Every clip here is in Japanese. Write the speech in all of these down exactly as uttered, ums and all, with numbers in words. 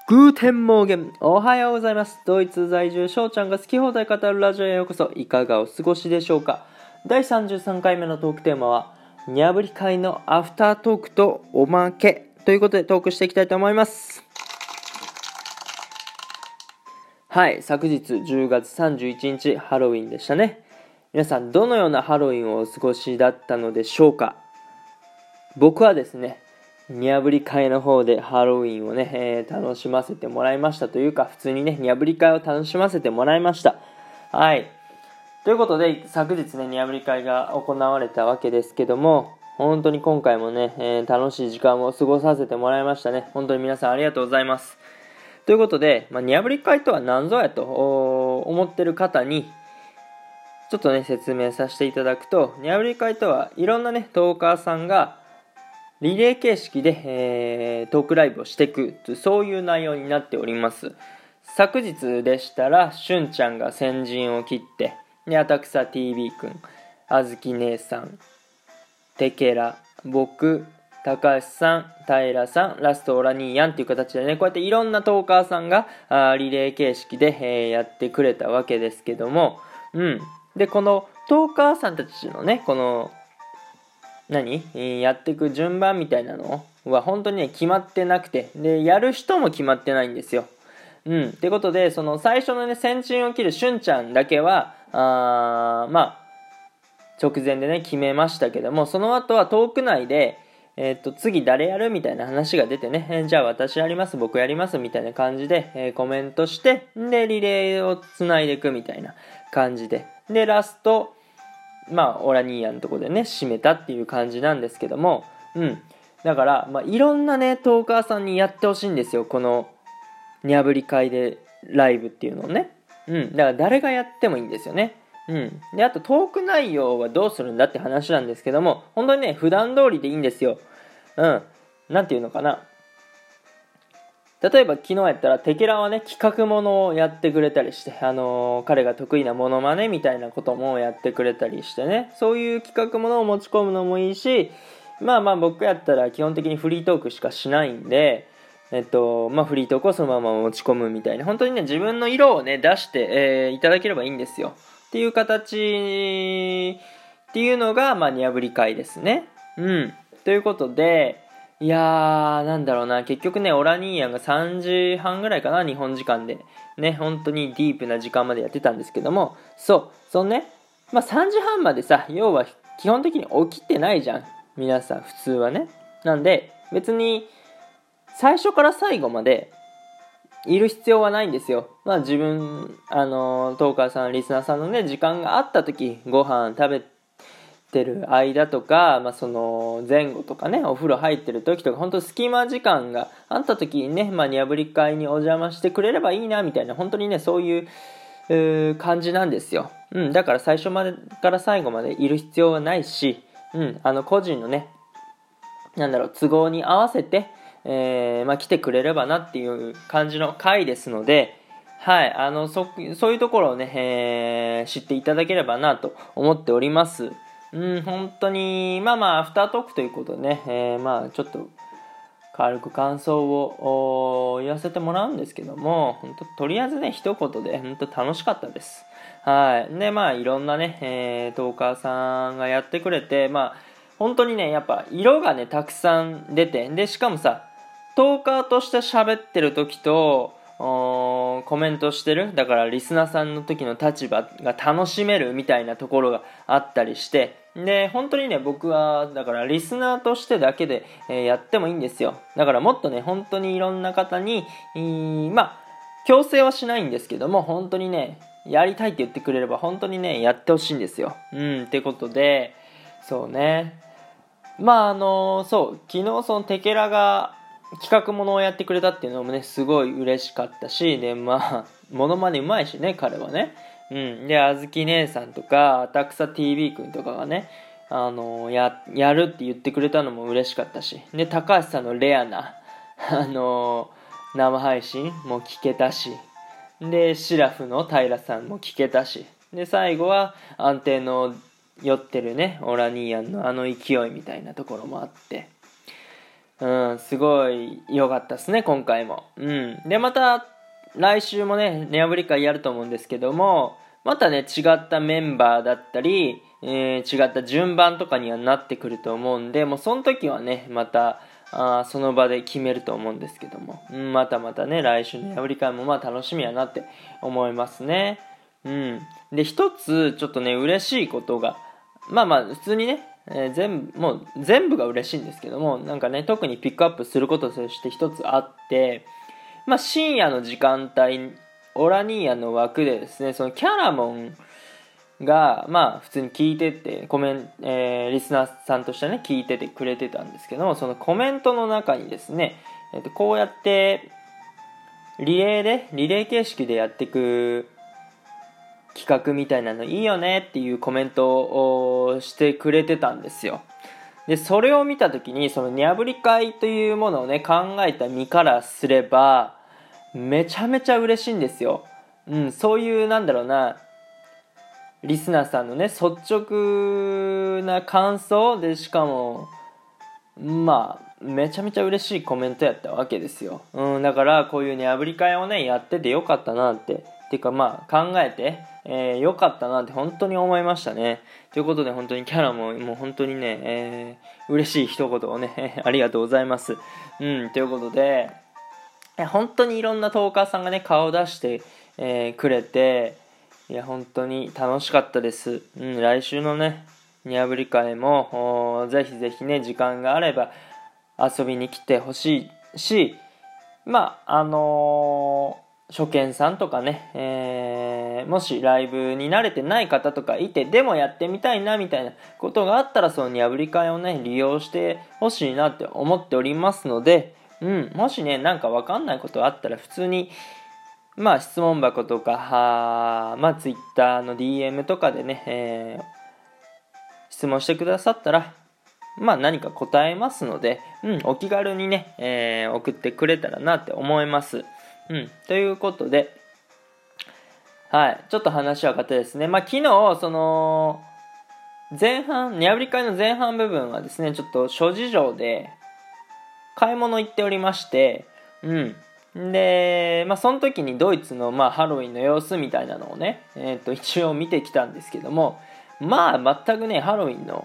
グーテンモーゲン、おはようございます。ドイツ在住翔ちゃんが好き放題語るラジオへようこそ。いかがお過ごしでしょうか。だいさんじゅうさんかいめのトークテーマはにゃぶり会のアフタートークとおまけということでトークしていきたいと思います。はい、昨日じゅうがつさんじゅういちにちハロウィンでしたね。皆さんどのようなハロウィンをお過ごしだったのでしょうか。僕はですね、にゃぶり会の方でハロウィンをね、えー、楽しませてもらいましたというか、普通にねにゃぶり会を楽しませてもらいました。はい、ということで昨日ねにゃぶり会が行われたわけですけども、本当に今回もね、えー、楽しい時間を過ごさせてもらいましたね。本当に皆さんありがとうございます。ということで、まあ、にゃぶり会とは何ぞやと思ってる方にちょっとね説明させていただくと、にゃぶり会とはいろんなねトーカーさんがリレー形式で、えー、トークライブをしていく、そういう内容になっております。昨日でしたらしゅんちゃんが先陣を切って、でアタクサ ティービー くん、あずき姉さん、テケラ、僕、高橋さん、平さん、ラストオラニーヤンという形でね、こうやっていろんなトーカーさんがあリレー形式で、えー、やってくれたわけですけども、うんでこのトーカーさんたちのねこの何やっていく順番みたいなのは本当にね決まってなくて、でやる人も決まってないんですよ。うんってことで、その最初のね先陣を切るしゅんちゃんだけはあまあ直前でね決めましたけども、その後はトーク内でえー、と次誰やるみたいな話が出てね、えー、じゃあ私やります僕やりますみたいな感じで、えー、コメントしてでリレーをつないでいくみたいな感じで、でラストまあオラニーヤのとこでね締めたっていう感じなんですけども、うんだから、まあ、いろんなねトーカーさんにやってほしいんですよ、このにゃぶり会でライブっていうのをね。うんだから誰がやってもいいんですよね。うん、であとトーク内容はどうするんだって話なんですけども、本当にね普段通りでいいんですよ。うんなんていうのかな、例えば昨日やったらテケラはね企画ものをやってくれたりして、あのー、彼が得意なモノマネみたいなこともやってくれたりしてね、そういう企画ものを持ち込むのもいいし、まあまあ僕やったら基本的にフリートークしかしないんで、えっとまあフリートークをそのまま持ち込むみたいな、本当にね自分の色をね出して、えー、いただければいいんですよっていう形っていうのがまあにゃぶり会ですね。うんということで、いやーなんだろうな、結局ねオラニーヤンがさんじはんぐらいかな日本時間でね本当にディープな時間までやってたんですけども、そうそのねまあさんじはんまでさ要は基本的に起きてないじゃん皆さん普通はね。なんで別に最初から最後までいる必要はないんですよ。まあ自分あのトーカーさんリスナーさんのね時間があった時、ご飯食べてる間とか、まあ、その前後とかねお風呂入ってる時とか、本当隙間時間があった時にね、まあ、にゃぶり会にお邪魔してくれればいいなみたいな、本当にねそういう、えー、感じなんですよ。うん、だから最初までから最後までいる必要はないし、うん、あの個人のねなんだろう都合に合わせて、えーまあ、来てくれればなっていう感じの回ですので、はい、あの そ, そういうところをね、えー、知っていただければなと思っております。うん、本当にまあまあアフタートークということでね、えー、まあちょっと軽く感想を言わせてもらうんですけども、本当とりあえずね一言で本当楽しかったです。はい。でまあいろんなね、えー、トーカーさんがやってくれて、まあ本当にねやっぱ色がねたくさん出て、でしかもさトーカーとして喋ってる時とコメントしてるだからリスナーさんの時の立場が楽しめるみたいなところがあったりして、で本当にね僕はだからリスナーとしてだけで、えー、やってもいいんですよ。だからもっとね本当にいろんな方にまあ強制はしないんですけども、本当にねやりたいって言ってくれれば本当にねやってほしいんですよ。うんってことで、そうねまああのそう昨日そのテケラが企画ものをやってくれたっていうのもねすごい嬉しかったし、でまあモノマネうまいしね彼はね。うんであずき姉さんとかアタクサ ティービー くんとかがねあの や, やるって言ってくれたのも嬉しかったし、で高橋さんのレアなあの生配信も聞けたし、でシラフの平さんも聞けたし、で最後は安定の酔ってるねオラニーヤンのあの勢いみたいなところもあって、 うん、すごい良かったですね、今回も。うん。で、また、来週もね、値破り会やると思うんですけども、またね、違ったメンバーだったり、えー、違った順番とかにはなってくると思うんで、もうその時はね、また、あその場で決めると思うんですけども、うん、またまたね、来週の値破り会もまあ楽しみやなって思いますね。うん。で、一つ、ちょっとね、嬉しいことが、まあまあ、普通にね、えー、全部、もう全部が嬉しいんですけども、なんかね、特にピックアップすることとして一つあって、まあ深夜の時間帯、オラニーヤの枠でですね、そのキャラモンが、まあ普通に聞いてて、コメン、えー、リスナーさんとしてね、聞いててくれてたんですけども、そのコメントの中にですね、えっと、こうやって、リレーで、リレー形式でやっていく企画みたいなのいいよねっていうコメントをしてくれてたんですよ。で、それを見たときに、そのにゃぶり会というものをね、考えた身からすれば、めちゃめちゃ嬉しいんですよ。うん、そういう、なんだろうな、リスナーさんのね、率直な感想で、しかも、まあ、めちゃめちゃ嬉しいコメントやったわけですよ。うん、だから、こういうね、あぶり会をね、やっててよかったなって、てかまあ、考えて、えー、よかったなって本当に思いましたね。ということで、本当にキャラも、もう本当にね、えー、嬉しい一言をね、ありがとうございます。うん、ということで、本当にいろんなトーカーさんがね、顔を出して、えー、くれて、いや、本当に楽しかったです。うん、来週のね、にゃぶり会もぜひぜひね、時間があれば遊びに来てほしいし、まああのー、初見さんとかね、えー、もしライブに慣れてない方とかいて、でもやってみたいなみたいなことがあったら、そのにゃぶり会をね、利用してほしいなって思っておりますので、うん、もしね、なんかわかんないことあったら普通に、まあ質問箱とか、はまあツイッターの ディーエム とかでね、えー、質問してくださったら、まあ何か答えますので、うん、お気軽にね、えー、送ってくれたらなって思います。うん、ということで、はい、ちょっと話は変わってですね、まあ昨日、その、前半、にゃぶり会の前半部分はですね、ちょっと諸事情で、買い物行っておりまして、うん。で、まあ、その時にドイツの、まあ、ハロウィンの様子みたいなのをね、えっと、一応見てきたんですけども、まあ、全くね、ハロウィンの、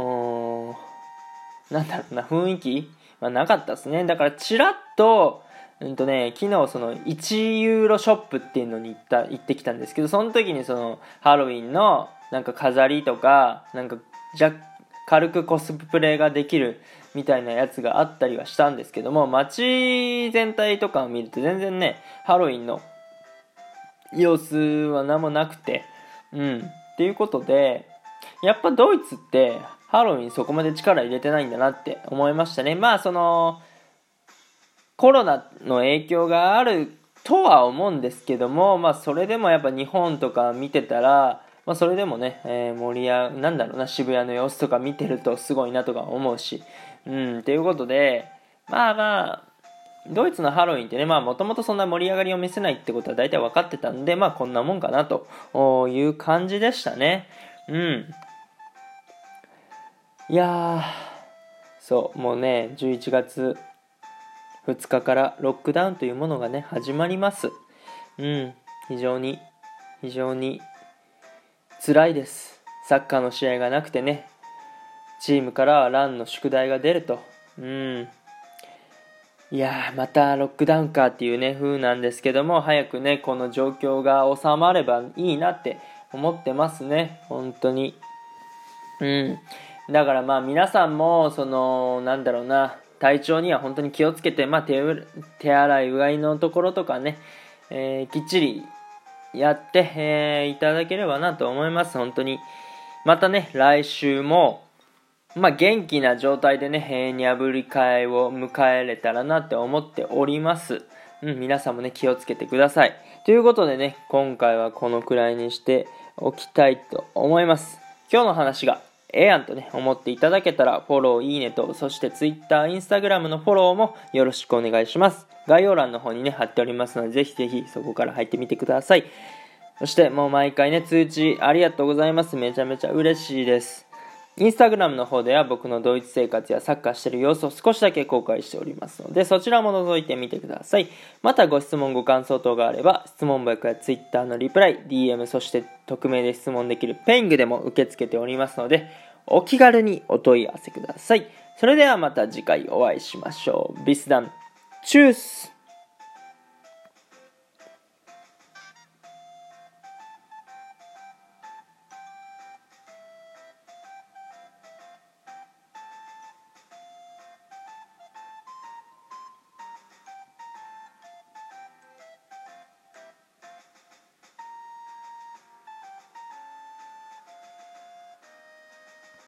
なんだろうな、雰囲気はなかったですね。だから、ちらっと、うんとね、昨日そのいちユーロショップっていうのに行った、行ってきたんですけど、その時にその、ハロウィンの、なんか飾りとか、なんか、若軽くコスプレができるみたいなやつがあったりはしたんですけども、街全体とかを見ると全然ね、ハロウィンの様子は何もなくて、うん。っていうことで、やっぱドイツってハロウィンそこまで力入れてないんだなって思いましたね。まあその、コロナの影響があるとは思うんですけども、まあそれでもやっぱ日本とか見てたら、まあそれでもね、えー、盛り上が、なんだろうな、渋谷の様子とか見てるとすごいなとか思うし、うん、ということで、まあまあ、ドイツのハロウィンってね、まあもともとそんな盛り上がりを見せないってことは大体分かってたんで、まあこんなもんかなという感じでしたね。うん。いやー、そう、もうね、じゅういちがつふつかからロックダウンというものがね、始まります。うん、非常に、非常に辛いです。サッカーの試合がなくてね、チームからはランの宿題が出ると。うん。いやー、またロックダウンかっていうね、風なんですけども、早くね、この状況が収まればいいなって思ってますね。本当に。うん。だからまあ皆さんも、その、なんだろうな、体調には本当に気をつけて、まあ手手洗いうがいのところとかね、えー、きっちりやって、えー、いただければなと思います。本当に。またね、来週も、まあ元気な状態でね、えー、にゃぶり会を迎えれたらなって思っております。うん、皆さんもね、気をつけてください。ということでね、今回はこのくらいにしておきたいと思います。今日の話がええやんとね、思っていただけたら、フォロー、いいねと、そして Twitter、Instagram のフォローもよろしくお願いします。概要欄の方にね、貼っておりますので、ぜひぜひそこから入ってみてください。そしてもう毎回ね、通知ありがとうございます。めちゃめちゃ嬉しいです。 インスタグラムの方では僕のドイツ生活やサッカーしている様子を少しだけ公開しておりますので、そちらも覗いてみてください。またご質問ご感想等があれば、質問箱や Twitter のリプライ、ディーエム、そして匿名で質問できるペイングでも受け付けておりますので、お気軽にお問い合わせください。それではまた次回お会いしましょう。ビスダン、チュース。